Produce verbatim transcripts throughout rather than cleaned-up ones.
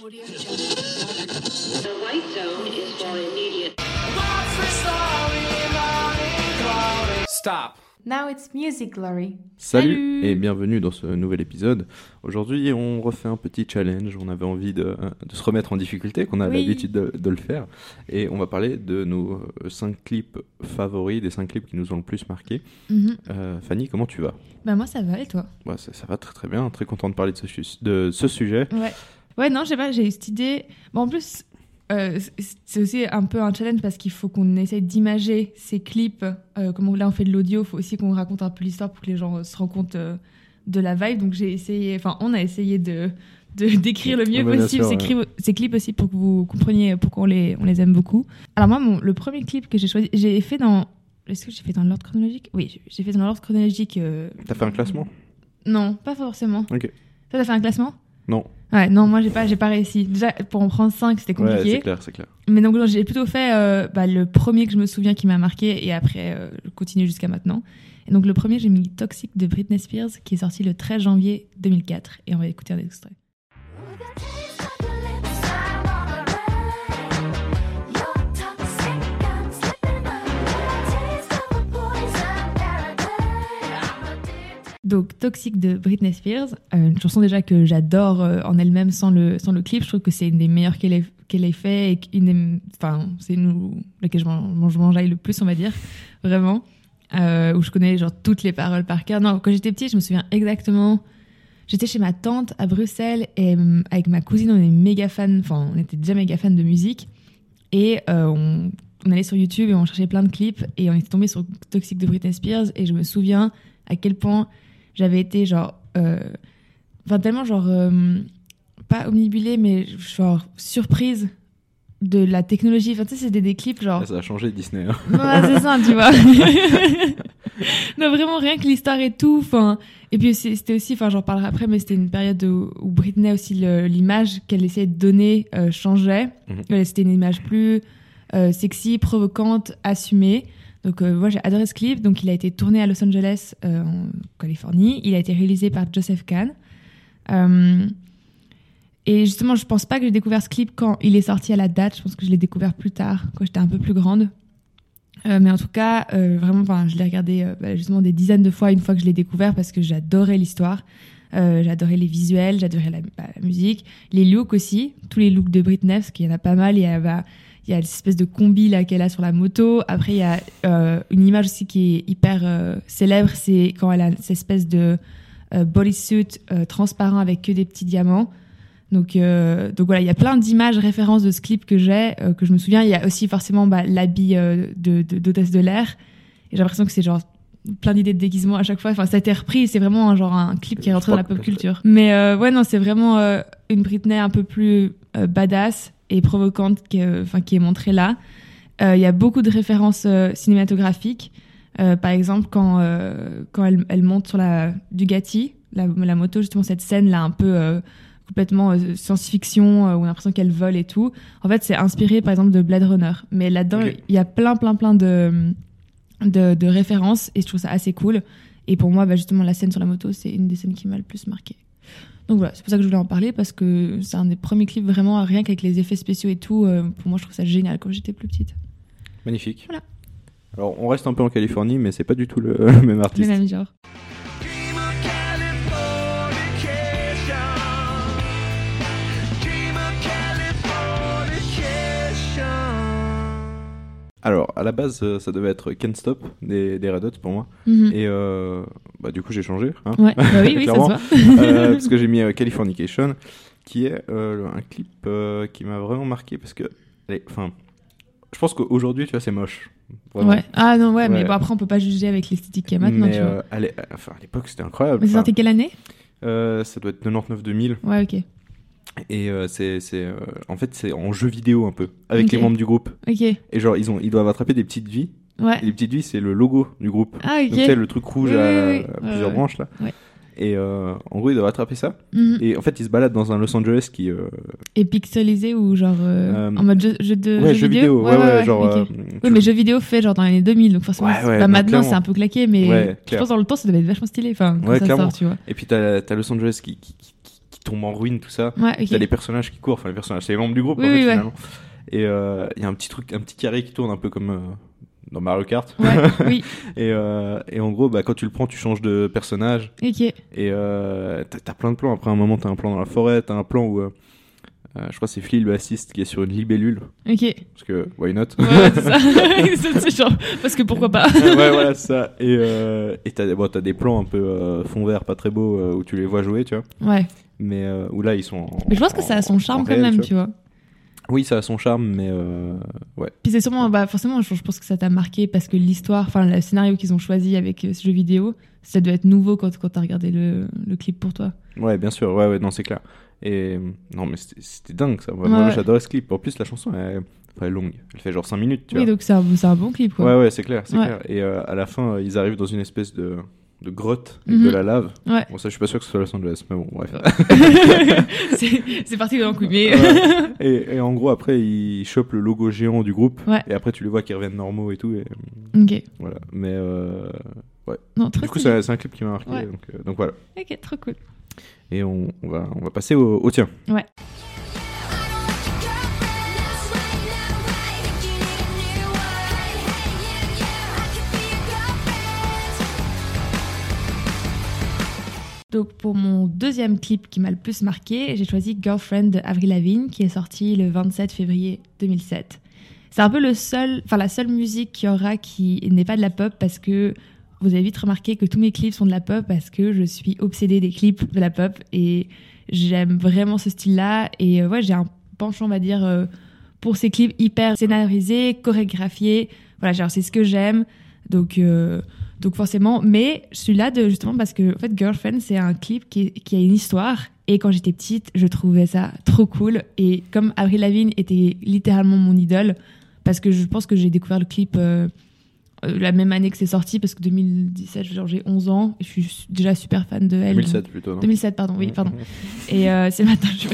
The white zone is for immediate. Stop. Now it's music glory. Salut, Salut et bienvenue dans ce nouvel épisode. Aujourd'hui, on refait un petit challenge. On avait envie de, de se remettre en difficulté, qu'on a Oui. l'habitude de, de le faire. Et on va parler de nos cinq clips favoris, des cinq clips qui nous ont le plus marqué. Mhm. Euh, Fanny, comment tu vas ? Bah moi ça va et toi? Ouais, ça, ça va très très bien. Très content de parler de ce, su- de ce sujet. Ouais. Ouais non je sais pas, j'ai eu cette idée. Bon en plus euh, c'est- c'est aussi un peu un challenge parce qu'il faut qu'on essaye d'imager ces clips. Euh, comme là on fait de l'audio, il faut aussi qu'on raconte un peu l'histoire pour que les gens euh, se rendent compte euh, de la vibe. Donc j'ai essayé, enfin on a essayé de, de décrire le mieux Ouais, bien possible sûr, ces, ouais. cri- ces clips aussi pour que vous compreniez pourquoi on les, on les aime beaucoup. Alors moi mon, le premier clip que j'ai choisi, j'ai fait dans... Est-ce que j'ai fait dans l'ordre chronologique? Oui, j'ai- j'ai fait dans l'ordre chronologique. euh, T'as fait un classement ? Non, pas forcément. Ok. Toi, t'as fait un classement? Non. Ouais, non, moi, j'ai pas, j'ai pas réussi. Déjà, pour en prendre cinq, c'était Ouais, compliqué. c'est clair, c'est clair. Mais donc, non, j'ai plutôt fait euh, bah, le premier que je me souviens qui m'a marqué et après, euh, je continue jusqu'à maintenant. Et donc, le premier, j'ai mis Toxic de Britney Spears qui est sorti le treize janvier deux mille quatre. Et on va écouter un extrait. Donc, Toxic de Britney Spears, euh, une chanson déjà que j'adore euh, en elle-même sans le, sans le clip. Je trouve que c'est une des meilleures qu'elle ait, qu'elle ait fait et une des- enfin, c'est une où- laquelle je m'en- je m'enjaille le plus, on va dire, vraiment. Euh, où je connais genre toutes les paroles par cœur. Non, quand j'étais petite, je me souviens exactement. J'étais chez ma tante à Bruxelles et euh, avec ma cousine, on est méga fan, enfin, on était déjà méga fan de musique. Et euh, on, on allait sur YouTube et on cherchait plein de clips et on était tombé sur Toxic de Britney Spears et je me souviens à quel point j'avais été genre euh, enfin tellement genre euh, pas omnibulée mais genre surprise de la technologie. Enfin tu sais c'était des clips genre Ouais, ça a changé Disney. Hein. non c'est ça tu vois. Non vraiment rien que l'histoire et tout, enfin et puis aussi- c'était aussi, enfin j'en parlerai après, mais c'était une période où, où Britney aussi le- l'image qu'elle essayait de donner euh, changeait. Mhm. Euh, c'était une image plus euh, sexy, provocante, assumée. Donc euh, moi j'ai adoré ce clip. Donc il a été tourné à Los Angeles euh, en Californie. Il a été réalisé par Joseph Kahn. Euh, et justement je pense pas que j'ai découvert ce clip quand il est sorti à la date. Je pense que je l'ai découvert plus tard quand j'étais un peu plus grande. Euh, mais en tout cas euh, vraiment, enfin je l'ai regardé euh, bah, justement des dizaines de fois une fois que je l'ai découvert parce que j'adorais l'histoire. Euh, j'adorais les visuels, j'adorais la, bah, la musique, les looks aussi, tous les looks de Britney parce qu'il y en a pas mal. Il y a bah, il y a l'espèce de combi là qu'elle a sur la moto. Après, il y a euh, une image aussi qui est hyper euh, célèbre, c'est quand elle a cette espèce de euh, bodysuit euh, transparent avec que des petits diamants. Donc, euh, donc voilà, il y a plein d'images références de ce clip que j'ai, euh, que je me souviens. Il y a aussi forcément bah, l'habit euh, de, de, d'hôtesse de l'air. Et j'ai l'impression que c'est genre plein d'idées de déguisement à chaque fois. Enfin, ça a été repris. C'est vraiment un, genre un clip qui est rentré dans la pop culture. Mais euh, ouais, non, c'est vraiment euh, une Britney un peu plus euh, badass et provocante qui est, enfin, qui est montrée là. Euh, Il y a beaucoup de références euh, cinématographiques. Euh, par exemple, quand, euh, quand elle, elle monte sur la Bugatti, la, la moto, justement, cette scène-là un peu euh, complètement euh, science-fiction, euh, où on a l'impression qu'elle vole et tout. En fait, c'est inspiré, par exemple, de Blade Runner. Mais là-dedans, il Ok. y a plein, plein, plein de, de, de références et je trouve ça assez cool. Et pour moi, bah, justement, la scène sur la moto, c'est une des scènes qui m'a le plus marqué. Donc voilà, c'est pour ça que je voulais en parler, parce que c'est un des premiers clips vraiment, rien qu'avec les effets spéciaux et tout, euh, pour moi je trouve ça génial quand j'étais plus petite. Magnifique. Voilà. Alors, on reste un peu en Californie, mais c'est pas du tout le, le même Le artiste. même genre. Alors, à la base, euh, ça devait être Can't Stop des, des Red Hot pour moi. Mhm. Et euh, bah, du coup, j'ai changé. Hein, Ouais, bah oui, oui, ça se clairement. voit. Euh, parce que j'ai mis euh, Californication, qui est euh, un clip euh, qui m'a vraiment marqué. Parce que, allez, enfin, je pense qu'aujourd'hui, tu vois, c'est moche. Vraiment. Ouais. Ah non, ouais, mais Ouais. bon, après on peut pas juger avec l'esthétique qu'il y a maintenant, mais tu vois. euh, à l'é- enfin, à l'époque, c'était incroyable. Mais c'est Enfin, sorti quelle année? euh, ça doit être quatre-vingt-dix-neuf deux mille. Ouais, ok. Et euh, c'est, c'est, euh, en fait, c'est en jeu vidéo un peu, avec Ok. les membres du groupe. Ok, Et genre, ils, ont, ils doivent attraper des petites vies. ouais. Et les petites vies, c'est le logo du groupe. Ah, ok. Donc, tu sais, le truc rouge Oui, à, oui, oui. à Ouais, plusieurs ouais. branches, là. Ouais. Et euh, en gros, ils doivent attraper ça. Mhm. Et en fait, ils se baladent dans un Los Angeles qui... Euh, Et pixelisé ou genre euh, Euh, en mode jeu, jeu de ouais, jeu jeux vidéo. Ouais, ouais, genre... ok. euh, Oui, mais jeux vidéo fait genre dans les années deux mille, donc forcément, Ouais, c'est- ouais, bah, non, maintenant clairement. c'est un peu claqué, mais Ouais, je clair. pense dans le temps ça devait être vachement stylé, enfin, quand Ouais, ça clairement. sort, tu vois. Et puis, t'as, t'as Los Angeles qui, qui, qui, qui tombe en ruine, tout ça. Ouais, ok. T'as les personnages qui courent, enfin les personnages, c'est les membres du groupe Oui, en fait oui, ouais. finalement. Et il euh, y a un petit truc, un petit carré qui tourne un peu comme euh, dans Mario Kart. Ouais, oui, et, euh, et en gros, bah, quand tu le prends, tu changes de personnage. ok. Et euh, t'as, t'as plein de plans. Après un moment, t'as un plan dans la forêt, t'as un plan où euh, euh, je crois que c'est Flea le bassiste qui est sur une libellule. Ok. Parce que why not? Ouais, c'est ça. c'est, c'est genre, parce que pourquoi pas. Ouais, voilà, c'est ça. Et euh, et t'as, bon, t'as des plans un peu euh, fond vert, pas très beaux, euh, où tu les vois jouer, tu vois. Ouais. Mais euh, où là, ils sont. En, Mais je pense que ça a son en- charme en quand réel, même, tu tu vois. Oui, ça a son charme, mais euh, ouais. Puis c'est sûrement, bah forcément, je, je pense que ça t'a marqué parce que l'histoire, enfin le scénario qu'ils ont choisi avec euh, ce jeu vidéo, ça doit être nouveau quand, quand t'as regardé le, le clip pour toi. Ouais, bien sûr, ouais, ouais, non, c'est clair. Et non, mais c'était, c'était dingue ça. Moi, Ouais, moi, ouais. j'adorais ce clip. En plus, la chanson, elle, enfin, elle est longue. Elle fait genre cinq minutes, tu Oui, vois. donc c'est un, c'est un bon clip, quoi. Ouais, ouais, c'est clair, c'est Ouais. clair. Et euh, à la fin, euh, ils arrivent dans une espèce de, de grotte avec Mhm. de la lave. Ouais. Bon, ça, je suis pas sûr que ce soit Los Angeles, mais bon, bref. c'est, c'est parti dans le coup, mais. Ouais. et, et en gros, après, ils chopent le logo géant du groupe. Ouais. Et après, tu les vois qui reviennent normaux et tout. Et Ok. voilà. Mais euh, Non, trop du coup, stylé. c'est, c'est un clip qui m'a marqué. Ouais. Donc, euh, donc voilà. Ok, trop cool. Et on, on, va, on va passer au, au tien. Ouais. Donc pour mon deuxième clip qui m'a le plus marqué, j'ai choisi Girlfriend de Avril Lavigne qui est sorti le vingt-sept février deux mille sept. C'est un peu le seul, enfin la seule musique qu'il y aura qui n'est pas de la pop parce que vous avez vite remarqué que tous mes clips sont de la pop parce que je suis obsédée des clips de la pop et j'aime vraiment ce style-là et euh, ouais j'ai un penchant on va dire euh, pour ces clips hyper scénarisés, chorégraphiés. Voilà, genre c'est ce que j'aime. Donc euh, Donc forcément, mais je suis là de, justement parce que en fait, Girlfriend, c'est un clip qui, qui a une histoire. Et quand j'étais petite, je trouvais ça trop cool. Et comme Avril Lavigne était littéralement mon idole, parce que je pense que j'ai découvert le clip euh, euh, la même année que c'est sorti, parce que deux mille dix-sept, genre, j'ai onze ans, et je suis déjà super fan de elle. deux mille sept plutôt, non deux mille sept, pardon, oui, pardon. Et euh, c'est matin, je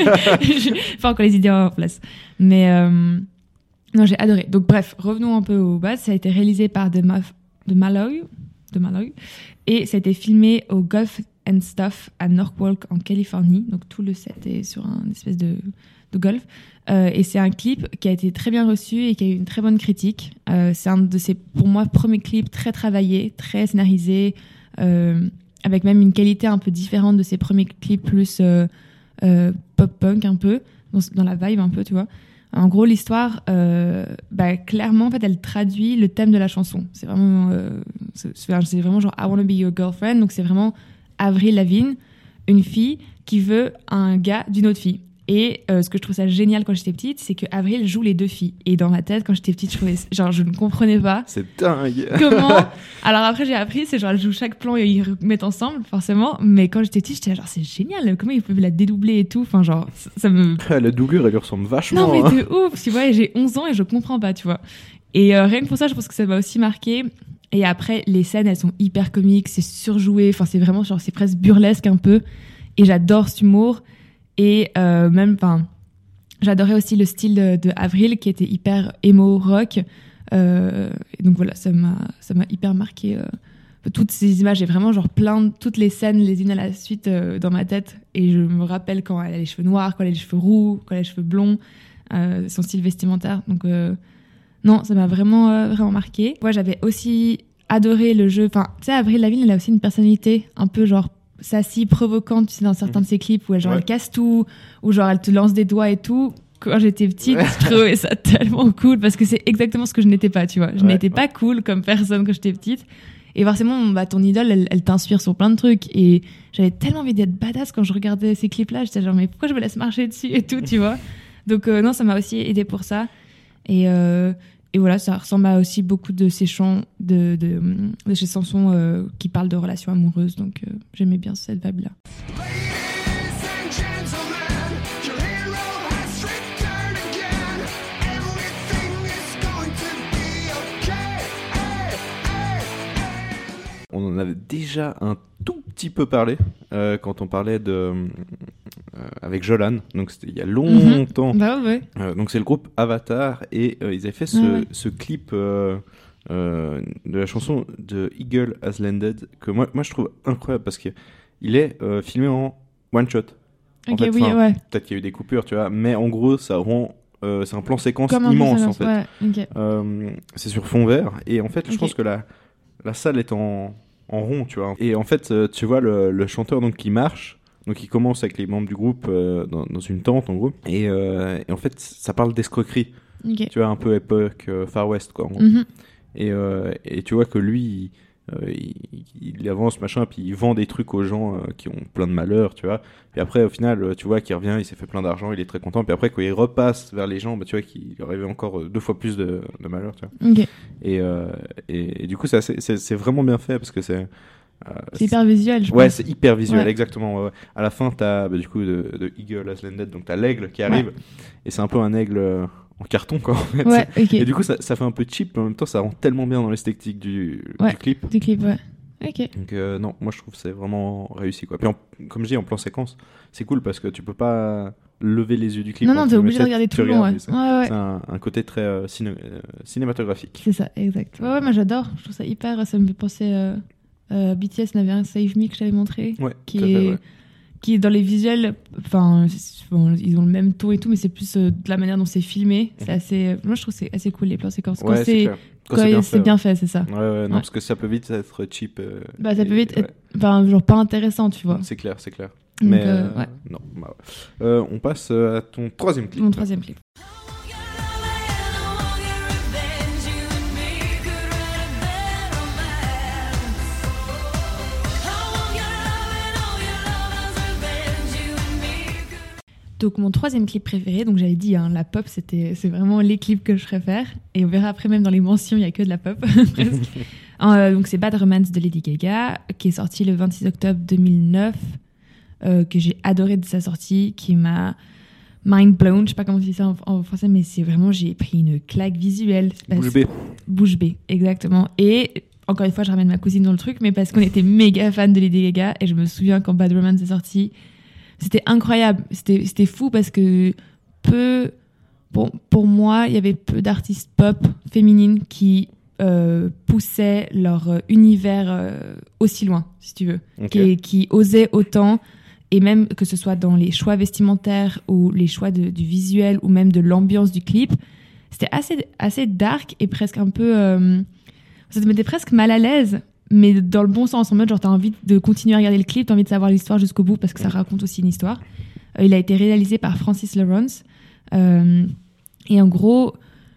j'ai pas encore les idées en place. Mais euh, non, j'ai adoré. Donc bref, revenons un peu au bas. Ça a été réalisé par The Maf- de Malloy, de Malloy, et ça a été filmé au Gulf and Stuff à Norwalk en Californie. Donc tout le set est sur un espèce de, de golf. Euh, et c'est un clip qui a été très bien reçu et qui a eu une très bonne critique. Euh, c'est un de ses, pour moi, premiers clips très travaillés, très scénarisés, euh, avec même une qualité un peu différente de ses premiers clips plus euh, euh, pop-punk un peu, dans, dans la vibe un peu, tu vois. En gros, l'histoire, euh, bah, clairement, en fait, elle traduit le thème de la chanson. C'est vraiment, euh, c'est, c'est vraiment genre I wanna be your girlfriend. Donc, c'est vraiment Avril Lavigne, une fille qui veut un gars d'une autre fille. Et euh, ce que je trouve ça génial quand j'étais petite, c'est que Avril joue les deux filles. Et dans ma tête, quand j'étais petite, je trouvais, genre, je ne comprenais pas. C'est dingue. Comment Alors après, j'ai appris, c'est genre, elle joue chaque plan et ils remettent ensemble, forcément. Mais quand j'étais petite, j'étais genre, c'est génial. Comment ils peuvent la dédoubler et tout. Enfin, genre, ça, ça me. La doublure, elle lui ressemble vachement. Non, mais hein. de ouf, tu vois, j'ai onze ans et je comprends pas, tu vois. Et euh, rien que pour ça, je pense que ça m'a aussi marqué. Et après, les scènes, elles sont hyper comiques, c'est surjoué, enfin, c'est vraiment, genre, c'est presque burlesque un peu. Et j'adore cet humour. Et euh, même, enfin, j'adorais aussi le style de, de Avril qui était hyper emo rock. Euh, et donc voilà, ça m'a, ça m'a hyper marqué. Euh, toutes ces images, j'ai vraiment genre plein de, toutes les scènes les unes à la suite euh, dans ma tête. Et je me rappelle quand elle a les cheveux noirs, quand elle a les cheveux roux, quand elle a les cheveux blonds, euh, son style vestimentaire. Donc euh, non, ça m'a vraiment, euh, vraiment marqué. Moi, j'avais aussi adoré le jeu. Enfin, tu sais, Avril Lavigne, elle a aussi une personnalité un peu genre sassy, provocante, tu sais, dans certains Mmh. de ses clips où elle, genre, Ouais. elle casse tout, où genre elle te lance des doigts et tout. Quand j'étais petite, je trouvais ça tellement cool parce que c'est exactement ce que je n'étais pas, tu vois. Je Ouais, n'étais ouais. pas cool comme personne quand j'étais petite. Et forcément, bah, ton idole, elle, elle t'inspire sur plein de trucs. Et j'avais tellement envie d'être badass quand je regardais ces clips-là. J'étais genre, mais pourquoi je me laisse marcher dessus et tout, tu vois. Donc, euh, non, ça m'a aussi aidé pour ça. Et, euh, et voilà, ça ressemble à aussi beaucoup de ces chants, de, de, de ces chansons euh, qui parlent de relations amoureuses. Donc, euh, j'aimais bien cette vibe-là. On en avait déjà un tout petit peu parlé euh, quand on parlait de euh, avec Jolan, donc c'était il y a longtemps. Bah ouais. Euh, donc c'est le groupe Avatar et euh, ils avaient fait ce, Ah ouais. ce clip euh, euh, de la chanson de Eagle Has Landed que moi, moi je trouve incroyable parce qu'il est euh, filmé en one shot. En Ok, fait, oui, enfin, ouais. peut-être qu'il y a eu des coupures, tu vois, mais en gros, ça rend. Euh, c'est un plan séquence Comme un immense, en séquence, fait. ouais, ok. Euh, c'est sur fond vert, et en fait, je Ok. pense que la, la salle est en, en rond, tu vois. Et en fait, euh, tu vois le, le chanteur donc, qui marche, donc il commence avec les membres du groupe euh, dans, dans une tente, en gros, et, euh, et en fait, ça parle d'escroquerie, Ok. tu vois, un peu époque euh, Far West, quoi. En gros. Mhm. Et, euh, et tu vois que lui, il, euh, il, il avance, machin, puis il vend des trucs aux gens euh, qui ont plein de malheur, tu vois. Puis après, au final, euh, tu vois qu'il revient, il s'est fait plein d'argent, il est très content. Puis après, quand il repasse vers les gens, bah, tu vois qu'il lui arrive encore euh, deux fois plus de, de malheur, tu vois. Ok. Et, euh, et, et du coup, c'est, assez- c'est, c'est vraiment bien fait parce que c'est. euh, C'est hyper visuel, je Ouais, pense. c'est hyper visuel, Ouais. exactement. Ouais, ouais. À la fin, t'as bah, du coup de, de Eagle as Landed, donc t'as l'aigle qui arrive, et c'est un peu un aigle euh, en carton, quoi. En fait. Ouais, ok. Et du coup, ça, ça fait un peu cheap, mais en même temps, ça rend tellement bien dans l'esthétique du, Ouais. du clip. Du clip, ouais. Ok. Donc euh, non, moi je trouve que c'est vraiment réussi, quoi. Puis en- comme je dis, en plan séquence, c'est cool parce que tu peux pas lever les yeux du clip. Non, hein, non, tu t'es le obligé de mets, regarder tu tout le long, regardes, ouais. et C'est, Ouais, ouais. c'est un, un côté très euh, ciné- euh, cinématographique. C'est ça, exact. Ouais, ouais, moi j'adore. Je trouve ça hyper. Ça me fait penser. Euh, euh, B T S n'avait un Save Me que je t'avais montré. Ouais, Qui tout à fait, est. ouais. Qui est dans les visuels, enfin, c'est- bon, ils ont le même ton et tout, mais c'est plus euh, de la manière dont c'est filmé. C'est Mhm. assez. Moi, je trouve que c'est assez cool les plans séquences. Quand Ouais, c'est c'est, clair. Quand quand c'est bien c'est fait. bien fait, c'est ça. Ouais, ouais, ouais, non, Ouais. parce que ça peut vite être cheap. euh, Bah, ça et- peut vite ouais. être, enfin, genre pas intéressant, tu vois. C'est clair, c'est clair. Donc, Mais euh, euh, ouais. non, bah ouais. Euh, on passe euh, à ton troisième clip. Mon troisième clip. Donc mon troisième clip préféré, donc j'avais dit, hein, la pop, c'était, c'est vraiment les clips que je préfère. Et on verra après, même dans les mentions, il n'y a que de la pop, presque. Euh, donc c'est Bad Romance de Lady Gaga, qui est sorti le vingt-six octobre deux mille neuf, euh, que j'ai adoré de sa sortie, qui m'a mind blown, je sais pas comment on dit ça en, en français, mais c'est vraiment, j'ai pris une claque visuelle. Parce- Bouche bée. Bouche bée, exactement. Et encore une fois, je ramène ma cousine dans le truc, mais parce qu'on était méga fans de Lady Gaga, et je me souviens quand Bad Romance est sorti, c'était incroyable, c'était, c'était fou parce que peu, bon, pour moi, il y avait peu d'artistes pop féminines qui euh, poussaient leur euh, univers euh, aussi loin, si tu veux, Ok. qui, qui osaient autant, et même que ce soit dans les choix vestimentaires ou les choix de, du visuel ou même de l'ambiance du clip, c'était assez, assez dark et presque un peu... euh, ça te mettait presque mal à l'aise, mais dans le bon sens, en mode genre t'as envie de continuer à regarder le clip, t'as envie de savoir l'histoire jusqu'au bout parce que ça raconte aussi une histoire. Euh, il a été réalisé par Francis Lawrence. Euh, et en gros,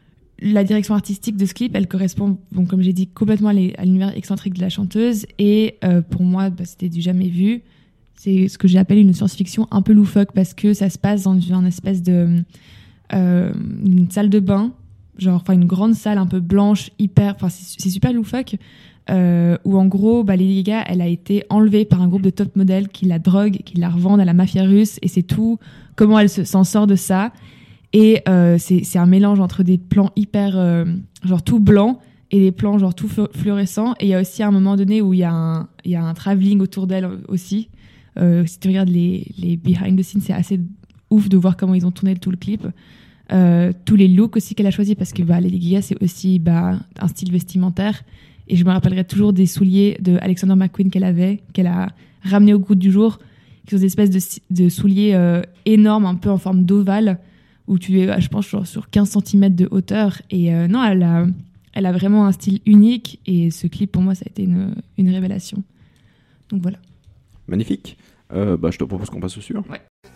la direction artistique de ce clip, elle correspond, bon, comme j'ai dit, complètement à, les- à l'univers excentrique de la chanteuse. Et euh, pour moi, bah, c'était du jamais vu. C'est ce que j'appelle une science-fiction un peu loufoque parce que ça se passe dans une espèce de... euh, une salle de bain, genre, enfin une grande salle un peu blanche, hyper... Enfin, c'est, c'est super loufoque. Euh, où en gros, bah, Lady Gaga, elle a été enlevée par un groupe de top modèles qui la drogue, qui la revendent à la mafia russe, et c'est tout comment elle se, s'en sort de ça. Et euh, c'est, c'est un mélange entre des plans hyper, euh, genre tout blanc, et des plans genre tout flu- fluorescents. Et il y a aussi un moment donné où il y a un, il y a un travelling autour d'elle aussi. Euh, si tu regardes les, les behind the scenes, c'est assez ouf de voir comment ils ont tourné tout le clip. Euh, tous les looks aussi qu'elle a choisi, parce que bah, Lady Gaga, c'est aussi bah, un style vestimentaire. Et je me rappellerai toujours des souliers de Alexander McQueen qu'elle avait, qu'elle a ramené au goût du jour, qui sont des espèces de, de souliers euh, énormes, un peu en forme d'ovale, où tu es, je pense, genre sur quinze centimètres de hauteur. Et euh, non, elle a, elle a vraiment un style unique. Et ce clip, pour moi, ça a été une, une révélation. Donc voilà. Magnifique. Euh, bah, je te propose qu'on passe au suivant. Ouais.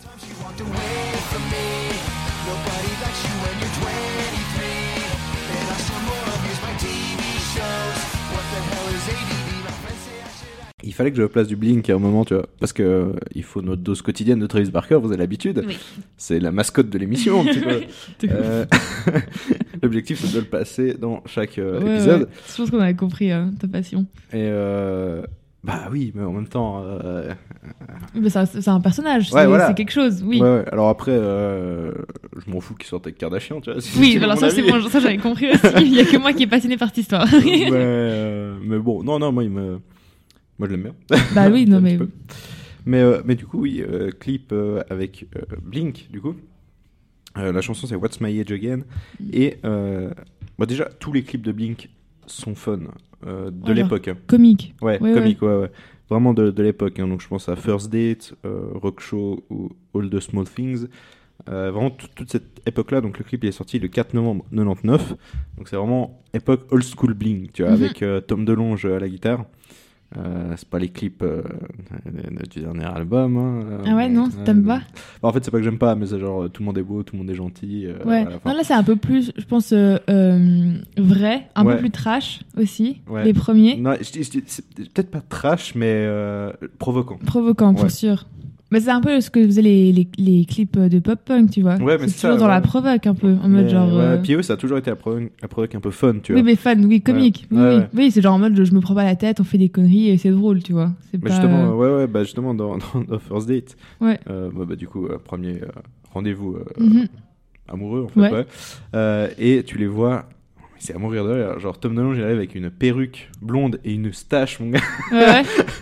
Il fallait que je place du Blink à un moment, tu vois, parce que euh, il faut notre dose quotidienne de Travis Barker, vous avez l'habitude. Oui. C'est la mascotte de l'émission, un petit peu. Euh, L'objectif, c'est de le passer dans chaque euh, Ouais, épisode. ouais. Je pense qu'on avait compris hein, ta passion. Et euh, bah oui, mais en même temps. euh, Mais c'est, un, c'est un personnage, Ouais, c'est, voilà. c'est quelque chose, oui. Ouais, ouais. Alors après, euh, je m'en fous qu'il sorte avec Kardashian, tu vois. si- Oui, si alors mon ça, c'est avis. bon, ça j'avais compris aussi. Il y a que moi qui est passionné par cette histoire. mais, euh, mais bon, non, non, moi, il me... moi je l'aime bien. Bah oui, non Un mais... petit peu. Mais, euh, mais du coup, oui, euh, clip euh, avec euh, Blink, du coup. Euh, la chanson, c'est What's My Age Again. Et euh, bah déjà, tous les clips de Blink sont fun euh, de Ouais, l'époque. Hein. Comique. Ouais, Ouais, comique, ouais, ouais. Vraiment de, de l'époque. Hein. Donc je pense à First Date, euh, Rock Show ou All the Small Things. Euh, vraiment t- toute cette époque-là. Donc le clip il est sorti le quatre novembre quatre-vingt-dix-neuf. Donc c'est vraiment époque old school bling, tu vois, Mhm. avec euh, Tom DeLonge à la guitare. Euh, c'est pas les clips euh, du dernier album. Hein. Ah ouais, non, t'aimes pas? Bah, en fait, c'est pas que j'aime pas, mais c'est genre tout le monde est beau, tout le monde est gentil. Euh, Ouais. voilà, enfin, Non, là, c'est un peu plus, je pense, euh, euh, vrai, un Ouais. peu plus trash aussi, Ouais. les premiers. non, je dis- je dis- c'est peut-être pas trash, mais euh, provoquant. Provoquant, pour Ouais. sûr. Mais c'est un peu ce que faisaient les, les, les clips de pop-punk, tu vois. Ouais, mais c'est c'est toujours ça, dans ouais. la provoque, un peu, en mode Mais, genre... ouais, euh, Puis eux, ça a toujours été la provoque, la provoque un peu fun, tu Oui, vois. mais fan, oui, comique. Ouais. Oui, Ouais, oui. ouais. oui, c'est genre en mode je me prends pas la tête, on fait des conneries et c'est drôle, tu vois. C'est Mais pas... justement, euh, ouais, ouais, bah justement dans, dans, dans First Date, Ouais. euh, bah, bah, du coup, euh, premier euh, rendez-vous euh, Mhm. amoureux, en fait, Ouais. ouais. Euh, et tu les vois, c'est à mourir de rire. Genre, Tom DeLonge, il arrive avec une perruque blonde et une stache, mon gars. Ouais,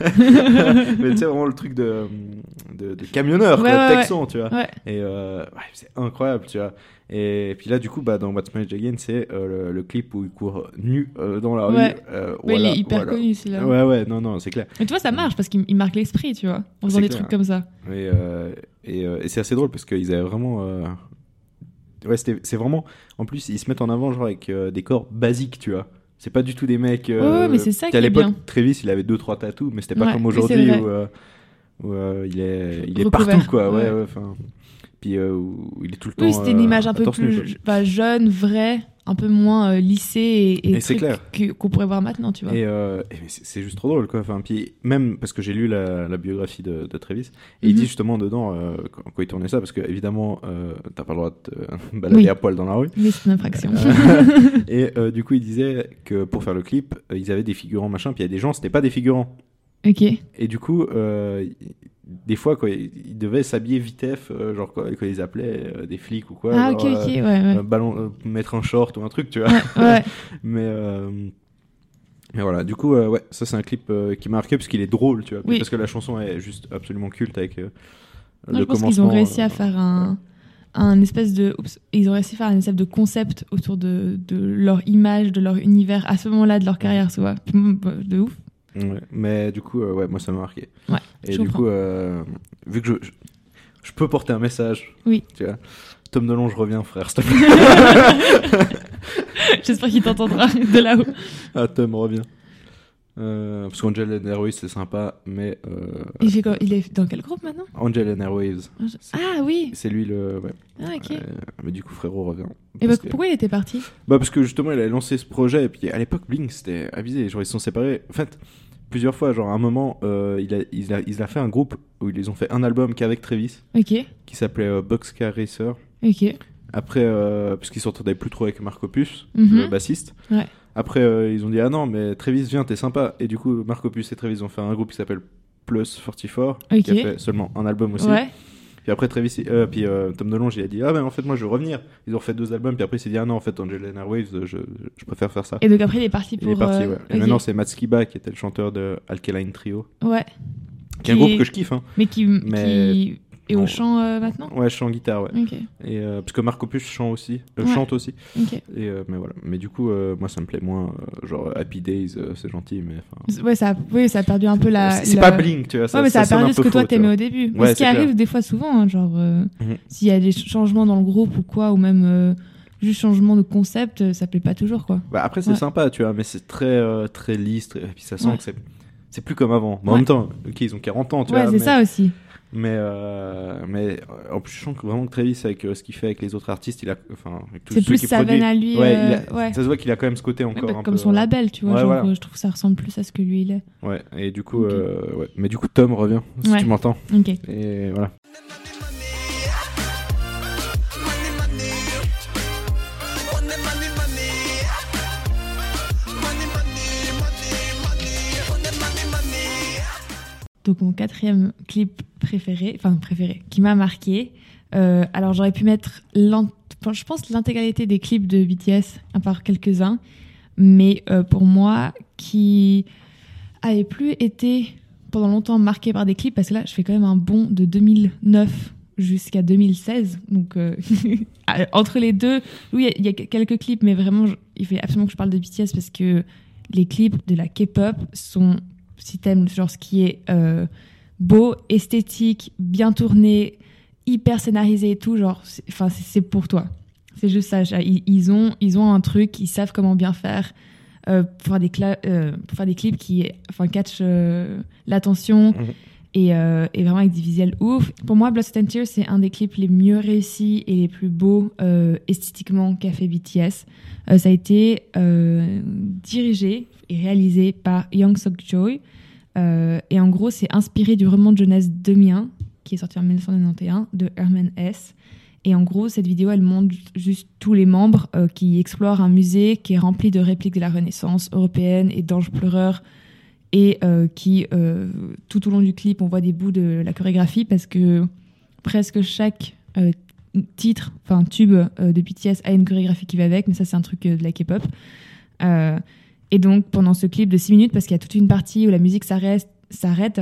Mais tu sais, vraiment le truc de, de, de camionneur, Ouais, quoi, ouais, texan, tu vois. ouais. Et euh, ouais, c'est incroyable, tu vois. Et puis là, du coup, bah, dans What's My Age Again, c'est euh, le, le clip où il court nu euh, dans la rue. Ouais. Euh, Ouais, voilà, il est hyper voilà. connu, celui-là. Ouais, ouais, non, non, c'est clair. Et tu vois, ça marche parce qu'il il marque l'esprit, tu vois, en faisant C'est des clair. trucs comme ça. Et, euh, et, euh, et c'est assez drôle parce qu'ils avaient vraiment. Euh... Ouais, c'était, c'est vraiment. En plus, ils se mettent en avant, genre, avec euh, des corps basiques, tu vois. C'est pas du tout des mecs. Euh... Ouais, ouais, mais c'est ça qu'à qui est l'époque, bien. Travis, il avait deux trois tatous, mais c'était pas Ouais, comme oui, c'est aujourd'hui vrai. où, euh, où euh, il est, il est Recouvert, partout, quoi. Ouais, ouais. ouais, enfin. Puis euh, où il est tout le temps. Oui, c'était une euh, image un à peu torse nu, plus bah, jeune, vraie, un peu moins euh, lissée et, Et c'est truc clair. que- qu'on pourrait voir maintenant, tu vois. Et, euh, et c'est, c'est juste trop drôle, quoi. Enfin, puis même parce que j'ai lu la, la biographie de, de Travis, et il Mhm. dit justement dedans, euh, quand, quand il tournait ça, parce que évidemment, euh, t'as pas le droit de te balader Oui. à poil dans la rue. Mais c'est une infraction. Et euh, du coup, il disait que pour faire le clip, euh, ils avaient des figurants, machin, puis il y a des gens, c'était pas des figurants. Ok. Et du coup, euh, y- des fois, quoi, ils ils devaient s'habiller vitef, euh, genre quoi, quand ils appelaient euh, des flics ou quoi. Ah, genre, ok, ok, ouais, ouais. euh, ballon, euh, mettre un short ou un truc, tu vois. Ouais, ouais. Mais, euh, mais voilà, du coup, euh, ouais, ça c'est un clip euh, qui m'a marqué parce qu'il est drôle, tu vois. Oui. Parce que la chanson est juste absolument culte avec euh, Non, le je pense qu'ils commencement. ont réussi à euh, faire un, un espèce de. Oups, ils ont réussi à faire un espèce de concept autour de, de leur image, de leur univers à ce moment-là de leur carrière, tu vois. De ouf. Ouais, mais du coup, euh, ouais, moi ça m'a marqué. Ouais, Et je du comprends. coup, euh, vu que je, je, je peux porter un message, Oui. tu vois, Tom DeLonge, reviens, frère, s'il te plaît. J'espère qu'il t'entendra de là-haut. Ah, Tom, reviens. Euh, parce qu'Angel and Airwaves, c'est sympa, mais. Euh, Il, fait quoi il est dans quel groupe maintenant? Angel and Airwaves, Ah oui. c'est lui le. Ouais. Ah, ok. Euh, mais du coup, frérot, reviens. Et bah, Parce que- pourquoi il était parti? Bah parce que justement il a lancé ce projet et puis à l'époque Blink c'était abusé, genre ils se sont séparés en fait plusieurs fois, genre à un moment euh, il, a, il, a, il a fait un groupe où ils ont fait un album qu'avec Travis Ok. qui s'appelait euh, Boxcar Racer. Ok. Après euh, parce qu'ils s'entendaient plus trop avec Mark Opus, Mhm. le bassiste. Ouais. Après euh, ils ont dit ah non mais Travis viens t'es sympa et du coup Mark Opus et Travis ont fait un groupe qui s'appelle Plus quarante-quatre Ok. qui a fait seulement un album aussi. Ouais. Puis après Travis, euh, puis euh, Tom DeLonge il a dit ah ben en fait moi je veux revenir. Ils ont fait deux albums puis après il s'est dit ah non en fait Angel and Airwaves je, je, je préfère faire ça. Et donc après il est parti Il pour. est parti euh, ouais. Et ok. maintenant c'est Matt Skiba qui était le chanteur de Alkaline Trio, Ouais. qui est un Qui- groupe que je kiffe hein. Mais qui, Mais- qui est au Non. chant euh, maintenant. Ouais je chante guitare ouais. Ok. Et euh, parce que Marc Opus chante aussi, euh, Ouais. chante aussi. Ok. Et euh, mais voilà. Mais du coup euh, moi ça me plaît moins. euh, genre Happy Days euh, c'est gentil mais enfin. Ouais, ça, a- oui, ça a perdu un peu la. c'est c'est la- pas Blink tu vois. Ça, Ouais, mais ça, a sonne perdu un ce peu que toi faux, tu t'aimais vois. au début. Mais Ouais, ce qui c'est clair. arrive des fois souvent, hein, genre euh, Mhm. s'il y a des changements dans le groupe ou quoi, ou même euh, juste changement de concept, euh, ça plaît pas toujours quoi. Bah après c'est Ouais. sympa tu vois mais c'est très euh, très lisse très- et puis ça sent Ouais. que c'est c'est plus comme avant. Mais en Ouais. même temps ok ils ont quarante ans tu Ouais, vois. c'est mais... ça aussi. Mais, euh, mais euh, en plus, je sens que vraiment que Travis, avec euh, ce qu'il fait avec les autres artistes, il a, enfin, avec tous C'est ceux plus qui sa produit, veine à lui. ouais, euh, il a- ouais. ça se voit qu'il a quand même ce côté Ouais, encore bah, un comme peu. son label, tu vois. Ouais, genre, voilà. euh, je trouve que ça ressemble plus à ce que lui il est. Ouais, et du coup, Ok. euh, ouais. Mais du coup, Tom revient, si Ouais. tu m'entends. Ok. Et voilà. Donc mon quatrième clip préféré, enfin préféré, qui m'a marqué. Euh, alors j'aurais pu mettre, l'int- enfin, je pense l'intégralité des clips de B T S, à part quelques-uns, mais euh, pour moi, qui avait plus été pendant longtemps marqué par des clips, parce que là je fais quand même un bond de deux mille neuf jusqu'à deux mille seize. Donc, euh, entre les deux, oui, il y, y a quelques clips, mais vraiment, je, il fait absolument que je parle de B T S parce que les clips de la K-pop sont, si t'aimes genre ce qui est euh, beau, esthétique, bien tourné, hyper scénarisé et tout, genre, c'est, c'est, c'est pour toi. C'est juste ça. Ils, ils, ont, ils ont un truc, ils savent comment bien faire euh, pour, faire des cla- euh, pour faire des clips qui enfin, catchent euh, l'attention. Mmh. Et, euh, et vraiment avec des visuels ouf. Pour moi, Blood, Sweat and Tears, c'est un des clips les mieux réussis et les plus beaux euh, esthétiquement qu'a fait B T S. Euh, ça a été euh, dirigé et réalisé par Young Seok-choi. Euh, et en gros, c'est inspiré du roman de jeunesse deux mille un, qui est sorti en dix-neuf cent quatre-vingt-onze, de Herman Hesse. Et en gros, cette vidéo, elle montre juste tous les membres euh, qui explorent un musée qui est rempli de répliques de la Renaissance européenne et d'anges pleureurs, et euh, qui, euh, tout au long du clip, on voit des bouts de la chorégraphie parce que presque chaque euh, titre, enfin tube euh, de B T S a une chorégraphie qui va avec, mais ça c'est un truc euh, de la K-pop. Euh, et donc pendant ce clip de six minutes, parce qu'il y a toute une partie où la musique s'arrête, s'arrête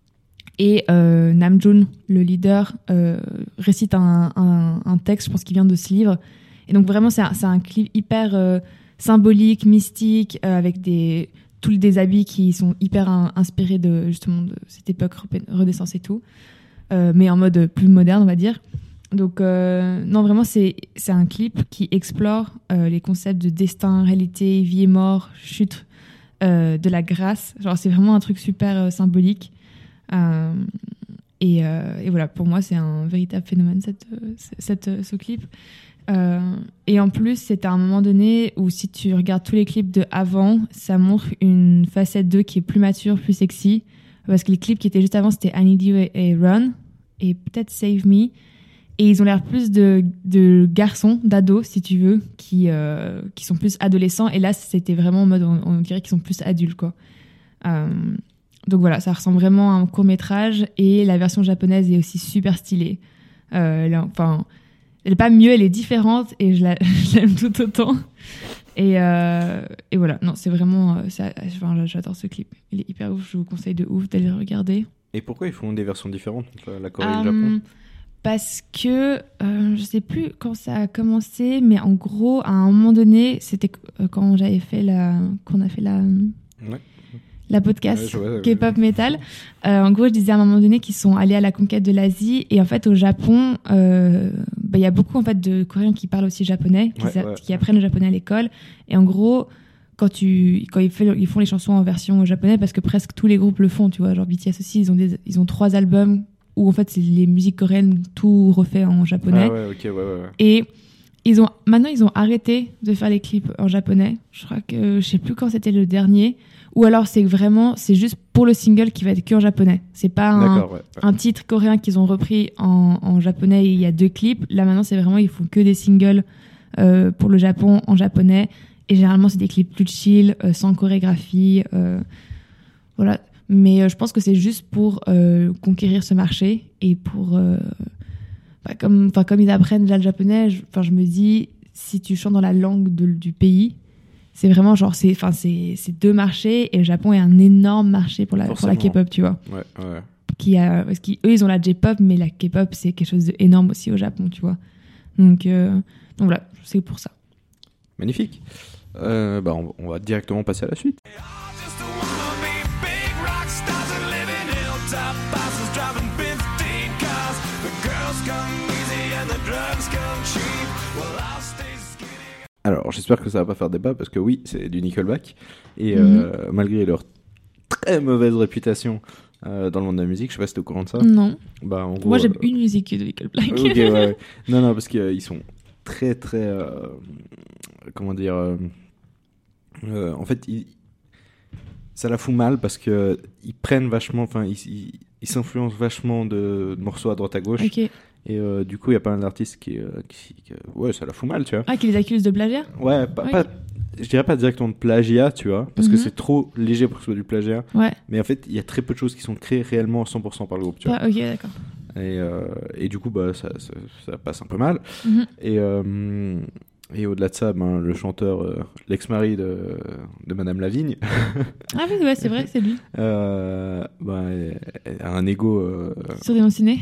et euh, Namjoon, le leader, euh, récite un, un, un texte, je pense qu'il vient de ce livre. Et donc vraiment c'est un, c'est un clip hyper euh, symbolique, mystique, euh, avec des... tous des habits qui sont hyper in- inspirés de justement de cette époque Renaissance et tout, euh, mais en mode plus moderne, on va dire. Donc euh, non, vraiment c'est c'est un clip qui explore euh, les concepts de destin, réalité, vie et mort, chute, euh, de la grâce. Genre c'est vraiment un truc super euh, symbolique. Euh, et, euh, et voilà, pour moi c'est un véritable phénomène cette cette ce clip. Euh, et en plus, c'est à un moment donné où si tu regardes tous les clips de avant, ça montre une facette d'eux qui est plus mature, plus sexy. Parce que les clips qui étaient juste avant, c'était I Need You et, et Run, et peut-être Save Me. Et ils ont l'air plus de, de garçons, d'ados, si tu veux, qui, euh, qui sont plus adolescents. Et là, c'était vraiment en mode, on, on dirait qu'ils sont plus adultes, quoi. Euh, donc voilà, ça ressemble vraiment à un court-métrage. Et la version japonaise est aussi super stylée. Euh, là, enfin... Elle n'est pas mieux, elle est différente et je, la, je l'aime tout autant. Et, euh, et voilà, non, c'est vraiment... C'est, enfin, j'adore ce clip. Il est hyper ouf, je vous conseille de ouf d'aller le regarder. Et pourquoi ils font des versions différentes entre la Corée um, et le Japon ? Parce que, euh, je ne sais plus quand ça a commencé, mais en gros, à un moment donné, c'était quand j'avais fait la... Quand on a fait la... Ouais. La podcast ouais, vois, K-pop ouais. Metal. Euh, en gros, je disais à un moment donné qu'ils sont allés à la conquête de l'Asie. Et en fait, au Japon, il euh, bah, y a beaucoup en fait, de Coréens qui parlent aussi japonais, qui, ouais, a, ouais. qui apprennent le japonais à l'école. Et en gros, quand, tu, quand ils, fait, ils font les chansons en version japonais, parce que presque tous les groupes le font, tu vois, genre B T S aussi, ils ont, des, ils ont trois albums où en fait, c'est les musiques coréennes tout refait en japonais. Ah ouais, ok, ouais, ouais, ouais. Et ils ont, maintenant, ils ont arrêté de faire les clips en japonais. Je crois que je sais plus quand c'était le dernier. Ou alors c'est vraiment, c'est juste pour le single qui va être que en japonais. C'est pas un, ouais, ouais. un titre coréen qu'ils ont repris en, en japonais et il y a deux clips. Là maintenant c'est vraiment, ils font que des singles euh, pour le Japon en japonais. Et généralement c'est des clips plus chill, euh, sans chorégraphie. Euh, voilà. Mais euh, je pense que c'est juste pour euh, conquérir ce marché et pour... Euh, bah, comme, comme ils apprennent déjà le japonais, je, je me dis, si tu chantes dans la langue de, du pays... C'est vraiment genre, c'est, enfin, c'est, c'est deux marchés et le Japon est un énorme marché pour la, pour la K-pop, tu vois. Ouais, ouais. Qui a, parce qu'eux, ils ont la J-pop, mais la K-pop, c'est quelque chose d'énorme aussi au Japon, tu vois. Donc, euh, donc voilà, c'est pour ça. Magnifique. Euh, bah, on, on va directement passer à la suite. Alors, j'espère que ça va pas faire débat parce que oui, c'est du Nickelback et mm-hmm. euh, malgré leur très mauvaise réputation euh, dans le monde de la musique, je sais pas si t'es au courant de ça. Non. Bah, en gros, moi, j'aime euh, une musique de Nickelback. Ok, ouais, ouais. Non, non, parce qu'ils euh, sont très, très, euh, comment dire, euh, euh, en fait, ils, ça la fout mal parce que ils prennent vachement, enfin, ils, ils, ils s'influencent vachement de, de morceaux à droite à gauche. Ok. Et euh, du coup, il y a pas mal d'artistes qui, euh, qui, qui... Ouais, ça la fout mal, tu vois. Ah, qui les accusent de plagiat ? Ouais, pas, okay. pas, je dirais pas directement de plagiat, tu vois, parce mm-hmm. que c'est trop léger pour que ce soit du plagiat. Ouais. Mais en fait, il y a très peu de choses qui sont créées réellement à cent pour cent par le groupe, tu vois. Ah, ok, d'accord. Et, euh, et du coup, bah, ça, ça, ça passe un peu mal. Mm-hmm. Et, euh, et au-delà de ça, ben, le chanteur, euh, l'ex-mari de, de Madame Lavigne... ah oui, ouais, c'est vrai, c'est lui. Euh, ben, elle a un ego... Euh... Surdimensionné.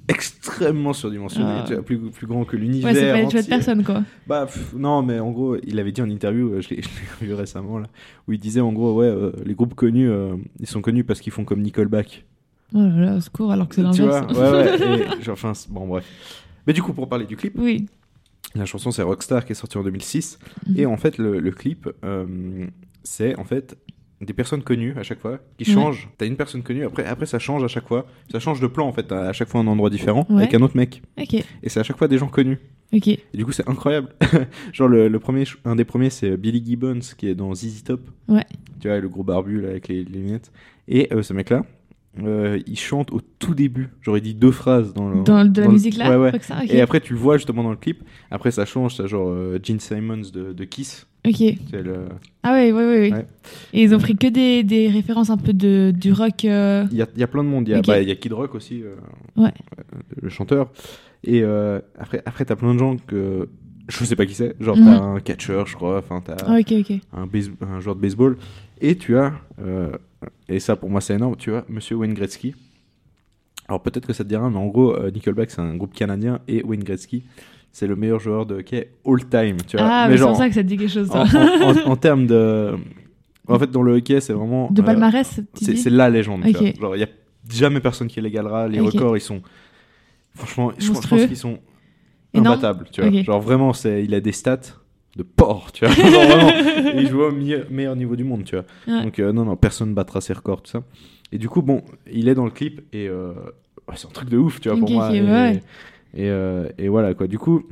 extrêmement surdimensionné, Ah. tu vois, plus, plus grand que l'univers. Ouais, c'est pas les choix de entier. personne, quoi. Bah pff, non, mais en gros, il avait dit en interview, euh, je l'ai, je l'ai vu récemment là, où il disait en gros, ouais, euh, les groupes connus, euh, ils sont connus parce qu'ils font comme Nickelback. Oh là là, au secours, alors que c'est Tu l'inverse. vois, ouais, ouais. Et, genre, enfin, c'est- bon, bref. Mais du coup, pour parler du clip, Oui. la chanson c'est Rockstar qui est sortie en deux mille six. Mhm. Et en fait, le, le clip, euh, c'est en fait des personnes connues à chaque fois qui Ouais. changent. T'as une personne connue, après, après ça change à chaque fois. Ça change de plan en fait, t'as à chaque fois un endroit différent Ouais. avec un autre mec. Ok, Et c'est à chaque fois des gens connus. ok. Et du coup, c'est incroyable. Genre, le, le premier, un des premiers, c'est Billy Gibbons qui est dans Z Z Top. Ouais. Tu vois, le gros barbu là, avec les, les lunettes. Et euh, ce mec-là, euh, il chante au tout début. J'aurais dit deux phrases dans, le, Dans, de la dans le- musique là Ouais, ouais. Rockstar, ok. Et après, tu le vois justement dans le clip. Après, ça change. C'est genre euh, Gene Simmons de, de Kiss. Ok. C'est le... Ah ouais, ouais, ouais. ouais. Ouais. Et ils ont pris que des, des références un peu de, du rock. euh, Il y a, il y a plein de monde. Il y a, Ok. bah, il y a Kid Rock aussi, euh, Ouais. euh, le chanteur. Et euh, après, après t'as plein de gens que je sais pas qui c'est. Genre, Mhm. t'as un catcheur, je crois. Enfin, t'as Ah, ok, ok. un, base- un joueur de baseball. Et tu as, euh, et ça pour moi c'est énorme, tu as Monsieur Wayne Gretzky. Alors peut-être que ça te dira, mais en gros, euh, Nickelback c'est un groupe canadien et Wayne Gretzky c'est le meilleur joueur de hockey all time. Tu vois. Ah, mais mais c'est genre, pour ça que ça te dit quelque chose, en, toi. en- en- en termes de. En fait, dans le hockey, c'est vraiment. De euh, palmarès, tu c'est, dis c'est la légende. tu Ok. vois. Genre, il n'y a jamais personne qui l'égalera. Les Ok. records, ils sont. Franchement, je, je pense Monstrueux. qu'ils sont Énorme. imbattables. Tu vois. Ok. Genre, vraiment, c'est, il a des stats de porc. Tu vois. Genre, vraiment. Et il joue au meilleur, meilleur niveau du monde. Tu vois. Ouais. Donc, euh, non, non, personne battra ses records, tout ça. Et du coup, bon, il est dans le clip et euh, ouais, c'est un truc de ouf, tu vois, Ok, pour moi. ok, et, ouais. et, euh, et voilà, quoi. Du coup.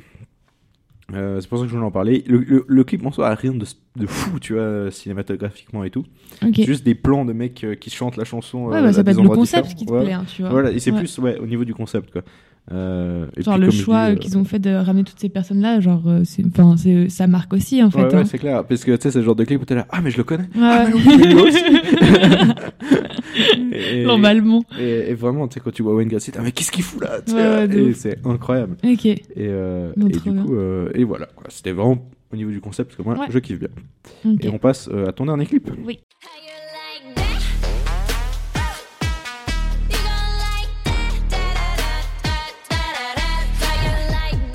Euh, c'est pour ça que je voulais en parler. Le, le, le clip en soi a rien de, de fou, tu vois, cinématographiquement et tout. Ok. C'est juste des plans de mecs euh, qui chantent la chanson. Ouais, euh, bah, à ça peut des être le endroits concept différents. qui te Ouais. plaît, hein, tu vois. Voilà, et c'est Ouais. plus ouais, au niveau du concept, quoi. Euh, et Genre puis, le comme je choix dis, euh, euh, qu'ils ont fait de ramener toutes ces personnes-là, genre, euh, c'est, enfin, c'est, ça marque aussi, en fait. Ouais, ouais, hein. c'est clair. Parce que tu sais, c'est le genre de clip où t'es là, ah, mais je le connais. Ouais. Ah, mais oui, lui aussi. et, L'emballement. et, et vraiment, tu sais, quand tu vois Wayne Gretzky, t'es, ah, mais qu'est-ce qu'il fout là, tu Ouais, sais, ouais, de et ouf. c'est incroyable. Ok. Et, euh, Non, et trop du bien. coup, euh, et voilà, quoi. C'était vraiment au niveau du concept, parce que moi, Ouais. je kiffe bien. Ok. Et on passe euh, à ton dernier clip. Oui. How you like that? You gon' like that? Da-da-da-da-da-da-da. How you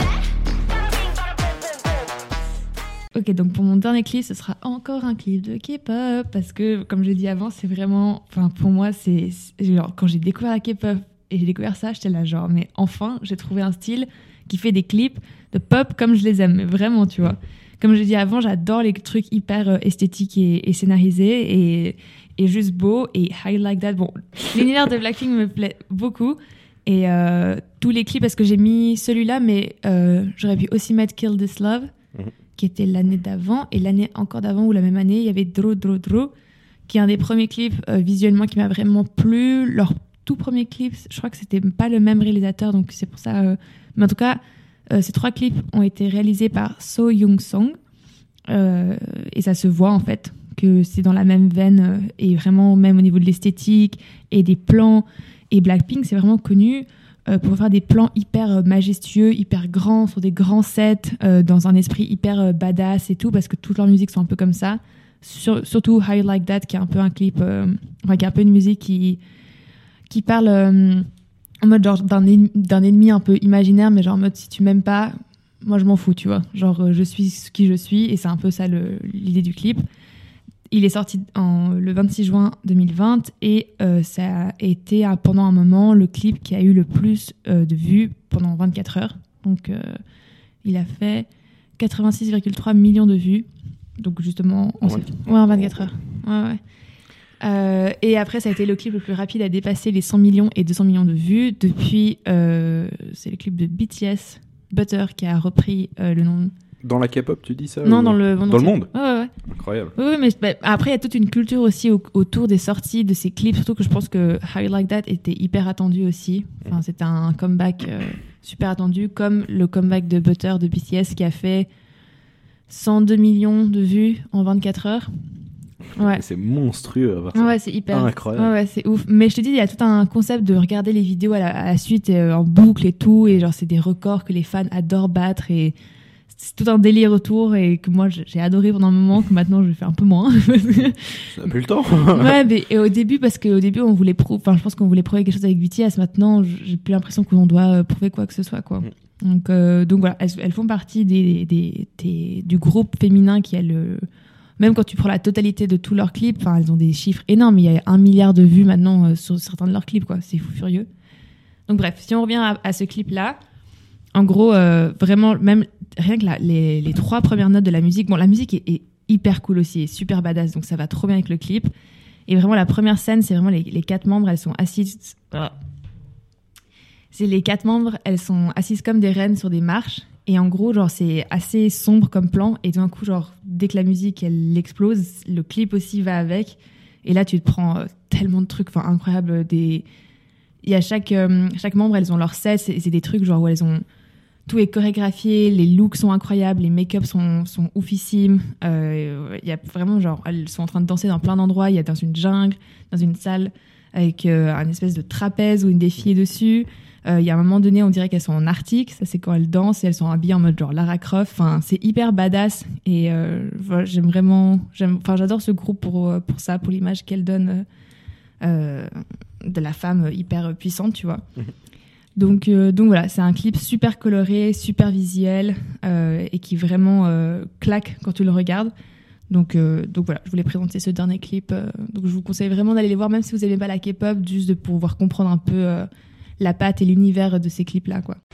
like that? Ok, donc pour mon dernier clip, ce sera encore un clip de K-pop parce que, comme je l'ai dit avant, c'est vraiment, enfin pour moi, c'est c'est- genre quand j'ai découvert la K-pop et j'ai découvert ça, j'étais là genre, mais enfin, j'ai trouvé un style qui fait des clips de pop comme je les aime, mais vraiment, tu vois. Comme je l'ai dit avant, j'adore les trucs hyper euh, esthétiques et, et scénarisés et, et juste beaux et I like that. Bon, l'univers de Blackpink me plaît beaucoup. Et euh, tous les clips, parce que j'ai mis celui-là, mais euh, j'aurais pu aussi mettre Kill This Love, Mhm. qui était l'année d'avant, et l'année encore d'avant ou la même année, il y avait Dro Dro Dro, qui est un des premiers clips euh, visuellement qui m'a vraiment plu. Leur tout premier clip, je crois que c'était pas le même réalisateur, donc c'est pour ça. euh, Mais en tout cas, euh, ces trois clips ont été réalisés par So Young Song, euh, et ça se voit en fait que c'est dans la même veine euh, et vraiment même au niveau de l'esthétique et des plans. Et Blackpink, c'est vraiment connu euh, pour faire des plans hyper euh, majestueux, hyper grands, sur des grands sets, euh, dans un esprit hyper euh, badass et tout, parce que toutes leurs musiques sont un peu comme ça. Sur- surtout How You Like That, qui est un peu un clip, euh, enfin, qui est un peu une musique qui, qui parle euh, en mode genre d'un, en- d'un ennemi un peu imaginaire, mais genre en mode si tu m'aimes pas, moi je m'en fous, tu vois. Genre euh, je suis ce qui je suis, et c'est un peu ça le, l'idée du clip. Il est sorti en, le vingt-six juin deux mille vingt et euh, ça a été euh, pendant un moment le clip qui a eu le plus euh, de vues pendant vingt-quatre heures. Donc euh, il a fait quatre-vingt-six virgule trois millions de vues. Donc justement, en, Ouais. ouais, en vingt-quatre heures. Ouais, ouais. Euh, et après, ça a été le clip le plus rapide à dépasser les cent millions et deux cents millions de vues. Depuis, euh, c'est le clip de B T S, Butter, qui a repris euh, le nom. Dans la K-pop, tu dis ça Non, ou- dans le monde. Dans le entier. monde Ouais, ouais, ouais. Incroyable. Oui, oui, mais bah, après, il y a toute une culture aussi au- autour des sorties de ces clips, surtout que je pense que How You Like That était hyper attendu aussi. Enfin, c'était un comeback euh, super attendu, comme le comeback de Butter de B T S qui a fait cent deux millions de vues en vingt-quatre heures. Ouais. C'est monstrueux à voir ça. Ouais, c'est hyper. Incroyable. Ouais, ouais, c'est ouf. Mais je te dis, il y a tout un concept de regarder les vidéos à la, à la suite euh, en boucle et tout. Et genre, c'est des records que les fans adorent battre. Et c'est tout un délire autour et que moi j'ai adoré pendant un moment, que maintenant je fais un peu moins. Ça n'a plus le temps. Ouais, mais et au début, parce qu'au début on voulait prouver, enfin je pense qu'on voulait prouver quelque chose avec B T S. Maintenant, j'ai plus l'impression qu'on doit euh, prouver quoi que ce soit, quoi. Mm. Donc, euh, donc voilà, elles, elles font partie des, des, des, du groupe féminin qui a le. Même quand tu prends la totalité de tous leurs clips, enfin elles ont des chiffres énormes. Il y a un milliard de vues maintenant euh, sur certains de leurs clips, quoi. C'est fou furieux. Donc bref, si on revient à, à ce clip-là. En gros, euh, vraiment, même rien que la, les, les trois premières notes de la musique. Bon, la musique est, est hyper cool aussi, est super badass, donc ça va trop bien avec le clip. Et vraiment, la première scène, c'est vraiment les, les quatre membres, elles sont assises. Ah. C'est les quatre membres, elles sont assises comme des reines sur des marches. Et en gros, genre, c'est assez sombre comme plan. Et d'un coup, genre, dès que la musique, elle explose, le clip aussi va avec. Et là, tu te prends euh, tellement de trucs, enfin, incroyables. Des... Il y a chaque, euh, chaque membre, elles ont leur set. C'est, c'est des trucs, genre, où elles ont. Tout est chorégraphié, les looks sont incroyables, les make-up sont, sont oufissimes. Euh, il y a vraiment, genre, elles sont en train de danser dans plein d'endroits. Il y a dans une jungle, dans une salle, avec euh, un espèce de trapèze où une des filles est dessus. Euh, il y a un moment donné, on dirait qu'elles sont en Arctique. Ça, c'est quand elles dansent et elles sont habillées en mode genre Lara Croft. Enfin, c'est hyper badass. Et euh, voilà, j'aime vraiment... J'aime, enfin, j'adore ce groupe pour, pour ça, pour l'image qu'elle donne euh, de la femme hyper puissante, tu vois. Mmh. Donc, euh, donc voilà, c'est un clip super coloré, super visuel euh, et qui vraiment euh, claque quand tu le regardes. Donc, euh, donc voilà, je voulais présenter ce dernier clip. Euh, donc je vous conseille vraiment d'aller les voir, même si vous n'aimez pas la K-pop, juste de pouvoir comprendre un peu euh, la patte et l'univers de ces clips-là, quoi.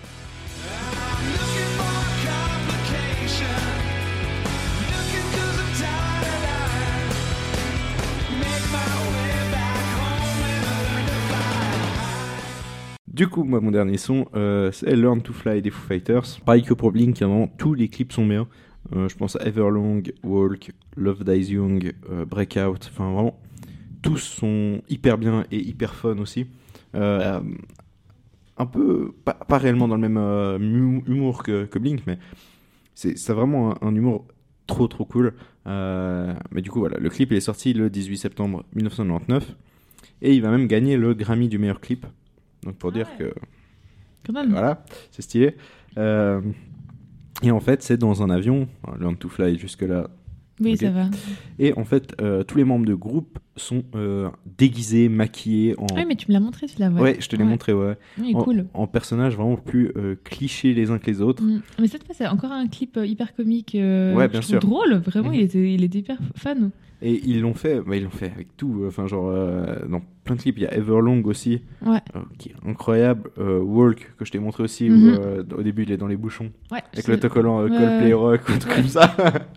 Du coup, moi, mon dernier son, euh, c'est Learn to Fly des Foo Fighters. Pareil que pour Blink, vraiment, tous les clips sont bien. Euh, je pense à Everlong, Walk, Love Dies Young, euh, Breakout. Enfin, vraiment, tous sont hyper bien et hyper fun aussi. Euh, un peu, pas, pas réellement dans le même euh, humour que, que Blink, mais c'est, c'est vraiment un, un humour trop trop cool. Euh, mais du coup, voilà, le clip il est sorti le dix-huit septembre dix-neuf cent quatre-vingt-dix-neuf et il va même gagner le Grammy du meilleur clip. Donc pour ah dire ouais. que quand même. Voilà, c'est stylé. Euh, et en fait, c'est dans un avion. Learn to Fly jusque là. Oui, okay. ça va. Et en fait, euh, tous les membres de groupe sont euh, déguisés, maquillés en. Oui, mais tu me l'as montré, celui-là. Ouais, ouais je te l'ai ouais. montré, ouais. Oui, en, cool. En personnages vraiment plus euh, clichés les uns que les autres. Mmh. Mais cette fois, c'est encore un clip euh, hyper comique. Euh, ouais, bien je sûr. Drôle, vraiment, mmh. il était, il était hyper fun. Et ils l'ont fait, bah, ils l'ont fait avec tout. Enfin, genre, euh, dans plein de clips, il y a Everlong aussi, ouais. euh, qui est incroyable. Euh, Walk, que je t'ai montré aussi, mm-hmm. où euh, au début, il est dans les bouchons. Ouais, avec c'est... l'autocollant euh, ouais. Coldplay Rock, ou un truc comme ça.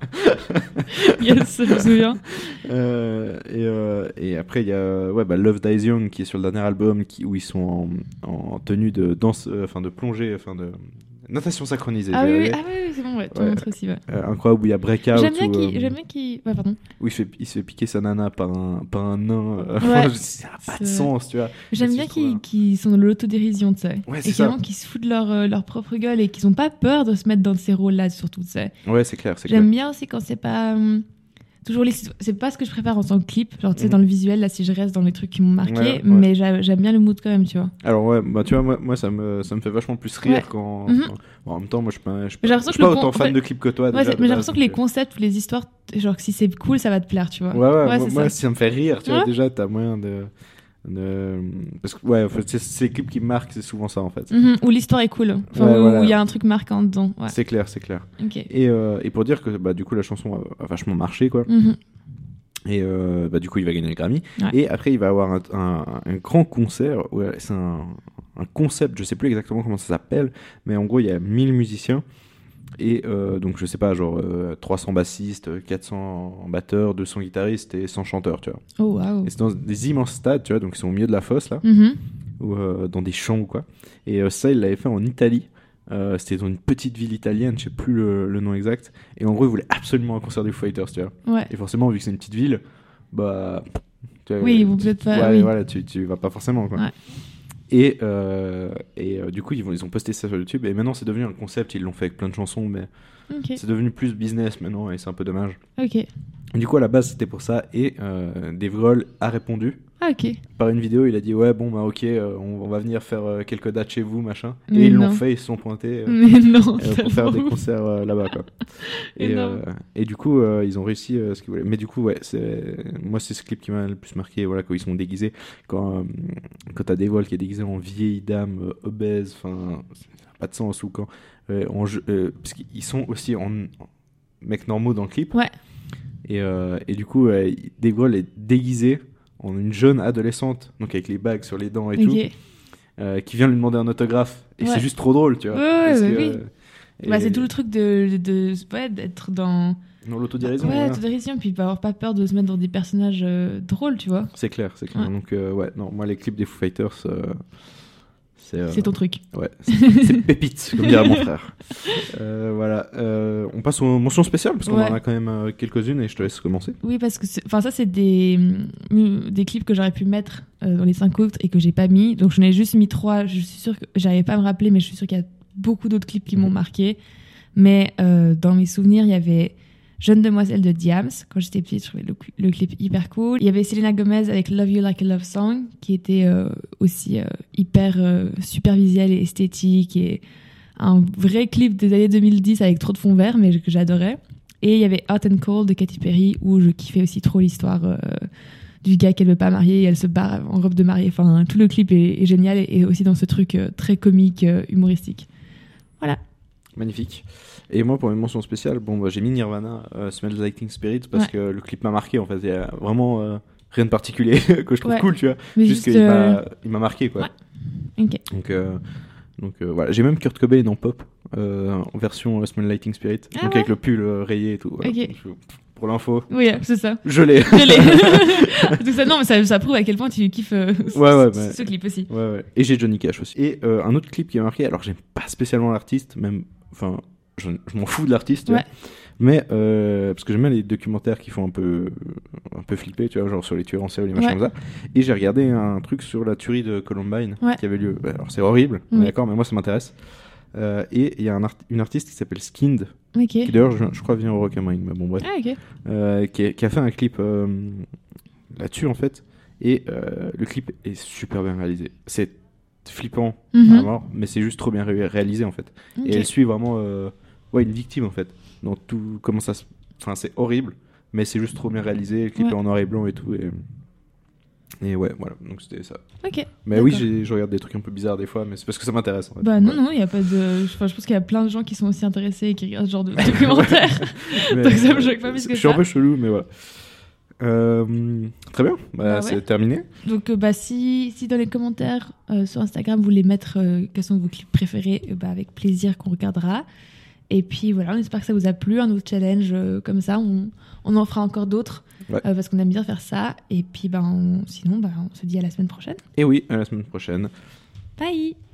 Yes, je me souviens. Euh, et, euh, et après, il y a ouais, bah, Love Dies Young, qui est sur le dernier album, qui, où ils sont en, en tenue de danse, enfin euh, de plongée, enfin de natation synchronisée. Ah oui, oui, ah oui, c'est bon, ouais, tu ouais. montres aussi, ouais. Euh, incroyable, où il y a Breakout. J'aime bien où, qu'il... Euh, J'aime bien qu'il... Ouais, pardon. Où il, fait, il se fait piquer sa nana par un, par un nain. Euh, ouais. Ça n'a pas de sens, tu vois. J'aime bien qu'ils, qu'ils sont dans l'autodérision, tu sais. Ouais, et c'est ça. qu'ils se foutent leur, euh, leur propre gueule et qu'ils n'ont pas peur de se mettre dans ces rôles-là, surtout, tu sais. Ouais, c'est clair, c'est J'aime clair. bien aussi quand c'est pas... Hum, toujours les... C'est pas ce que je préfère en tant que clip, genre, tu sais, mmh. dans le visuel, là, si je reste dans les trucs qui m'ont marqué, ouais, ouais. mais j'a... j'aime bien le mood quand même, tu vois. Alors, ouais, bah, tu vois, moi, moi ça, me, ça me fait vachement plus rire ouais. quand... Mmh. Enfin, bon, en même temps, moi, je suis pas, je suis pas, je suis pas con... autant fan en fait... de clips que toi, ouais, déjà. mais De j'ai base, l'impression que les donc... concepts ou les histoires, genre, si c'est cool, ça va te plaire, tu vois. Ouais, ouais, ouais moi, c'est moi ça. si ça me fait rire, tu ouais. vois, déjà, t'as moyen de... de... Parce que, ouais, en fait, c'est, c'est les clips qui me marquent, c'est souvent ça, en fait. Mmh, où l'histoire est cool, enfin, ouais, où il voilà. y a un truc marquant dedans. Ouais. C'est clair, c'est clair. Okay. Et, euh, et pour dire que, bah, du coup, la chanson a, a vachement marché, quoi. Mmh. Et euh, bah, du coup, il va gagner le Grammy. Ouais. Et après, il va avoir un, un, un grand concert. Ouais, c'est un, un concept, je sais plus exactement comment ça s'appelle, mais en gros, il y a mille musiciens. Et euh, donc, je sais pas, genre euh, trois cents bassistes, quatre cents batteurs, deux cents guitaristes et cent chanteurs, tu vois. Oh, waouh. Et c'est dans des immenses stades, tu vois, donc ils sont au milieu de la fosse, là, Mmh. ou euh, dans des champs ou quoi. Et euh, ça, il l'avait fait en Italie. Euh, c'était dans une petite ville italienne, je sais plus le, le nom exact. Et en gros, ils voulaient absolument un concert des Foo Fighters, tu vois. Ouais. Et forcément, vu que c'est une petite ville, bah. Tu vois, oui, ils vont tu, peut-être pas. Ouais, oui. voilà, tu, tu vas pas forcément, quoi. Ouais. Et, euh, et euh, du coup, ils, vont, ils ont posté ça sur YouTube. Et maintenant, c'est devenu un concept. Ils l'ont fait avec plein de chansons, mais Okay. c'est devenu plus business maintenant. Et c'est un peu dommage. Ok. Du coup, à la base, c'était pour ça. Et euh, Dave Grohl a répondu. Ah, ok. Par une vidéo, il a dit ouais bon bah ok, euh, on, on va venir faire euh, quelques dates chez vous machin. Mais et ils l'ont non. fait, ils se sont pointés euh, Mais non, euh, c'est pour faire pas des ouf. concerts euh, là-bas quoi. Et, Énorme. euh, et du coup euh, ils ont réussi euh, ce qu'ils voulaient. Mais du coup ouais, c'est moi c'est ce clip qui m'a le plus marqué, voilà, quand ils sont déguisés, quand euh, quand t'as Devoil qui est déguisé en vieille dame euh, obèse, enfin ça n'a pas de sens, ou quand euh, en jeu- euh, parce qu'ils sont aussi en, en mecs normaux dans le clip. Ouais. Et, euh, et du coup, euh, Devoil est déguisé en une jeune adolescente, donc avec les bagues sur les dents et tout, Ok. euh, qui vient lui demander un autographe. Et Ouais. c'est juste trop drôle, tu vois. Ouais, ouais, Parce ouais, que, oui. euh, et- Bah, c'est tout le truc de, de, ouais, d'être dans. Dans l'autodérision, Ouais, voilà. autodérision, puis pas avoir pas peur de se mettre dans des personnages euh, drôles, tu vois. C'est clair, c'est clair. Ouais. Donc, euh, ouais, non, moi, les clips des Foo Fighters, euh, c'est. euh, C'est ton truc. Ouais, c'est c'est pépite, comme dirait mon frère. Euh, voilà. Euh, on passe aux mentions spéciales, parce qu'on Ouais. en a quand même euh, quelques-unes, et je te laisse commencer. Oui, parce que c'est- enfin ça c'est des mm, des clips que j'aurais pu mettre euh, dans les cinq autres et que j'ai pas mis. Donc j'en ai juste mis trois. Je suis sûre que j'arrivais pas à me rappeler, mais je suis sûre qu'il y a beaucoup d'autres clips qui m'ont Mhm. marqué. Mais euh, dans mes souvenirs, il y avait Jeune demoiselle de Diams. Quand j'étais petite, je trouvais le, cl- le clip hyper cool. Il y avait Selena Gomez avec Love You Like a Love Song, qui était euh, aussi euh, hyper euh, super visuel et esthétique, et un vrai clip des années deux mille dix avec trop de fond vert, mais que j'adorais. Et il y avait Hot and Cold de Katy Perry, où je kiffais aussi trop l'histoire euh, du gars qu'elle veut pas marier et elle se barre en robe de mariée. Enfin, tout le clip est, est génial, et, et aussi dans ce truc euh, très comique, euh, humoristique. Voilà. Magnifique. Et moi, pour une mention spéciale, bon, bah, j'ai mis Nirvana, euh, Smells Like Teen Spirit, parce Ouais. que le clip m'a marqué, en fait. Il y a vraiment euh, rien de particulier que je trouve Ouais. cool, tu vois. Mais juste juste, qu'il euh, m'a, il m'a marqué, quoi. Ouais. Ok. Donc, euh, donc euh, voilà. J'ai même Kurt Cobain en pop, euh, en version euh, Smells Like Teen Spirit. Ah donc ouais. avec le pull euh, rayé et tout. Voilà. Ok. Donc, je- pour l'info, Oui, c'est ça. je l'ai. Je l'ai. Tout ça, non, mais ça, ça prouve à quel point tu kiffes euh, ce, Ouais, ouais, ce- mais- ce clip aussi. Ouais, ouais. Et j'ai Johnny Cash aussi. Et euh, un autre clip qui m'a marqué, alors j'aime pas spécialement l'artiste, même, enfin, je, je m'en fous de l'artiste, tu Ouais. vois. Mais, euh, parce que j'aime bien les documentaires qui font un peu, un peu flipper, tu vois, genre sur les tueurs en série, les machins Ouais. comme ça. Et j'ai regardé un truc sur la tuerie de Columbine Ouais. qui avait lieu. Bah, alors c'est horrible, on est Ouais. d'accord, mais moi ça m'intéresse. Euh, et il y a un art- une artiste qui s'appelle Skinned, Ok. qui d'ailleurs, je, je crois, vient au Rock am Ring, mais bon, bref. Ah, ok. Euh, qui, a, qui a fait un clip euh, là-dessus en fait, et euh, le clip est super bien réalisé. C'est flippant Mhm. à mort, mais c'est juste trop bien ré- réalisé en fait. Ok. Et elle suit vraiment euh, ouais, une victime en fait. Dans tout, comment ça se... Enfin, c'est horrible, mais c'est juste trop bien réalisé. Le clip Ouais. est en noir et blanc et tout. Et, et ouais, voilà, donc c'était ça. Ok. Mais oui, D'accord. j'ai- je regarde des trucs un peu bizarres des fois, mais c'est parce que ça m'intéresse en fait. Bah non, Ouais. non, il y a pas de. Enfin, je pense qu'il y a plein de gens qui sont aussi intéressés et qui regardent ce genre de documentaires. Mais, Donc ça me euh, choque pas plus que Je suis un ça. peu chelou, mais voilà. Euh, très bien, bah, Bah ouais. c'est terminé. Donc, euh, bah, si, si dans les commentaires euh, sur Instagram, vous voulez mettre euh, quels sont vos clips préférés, euh, bah, avec plaisir qu'on regardera. Et puis voilà, on espère que ça vous a plu, un autre challenge euh, comme ça. On, on en fera encore d'autres Ouais. euh, parce qu'on aime bien faire ça. Et puis, bah, on- sinon, bah, on se dit à la semaine prochaine. Et oui, à la semaine prochaine. Bye!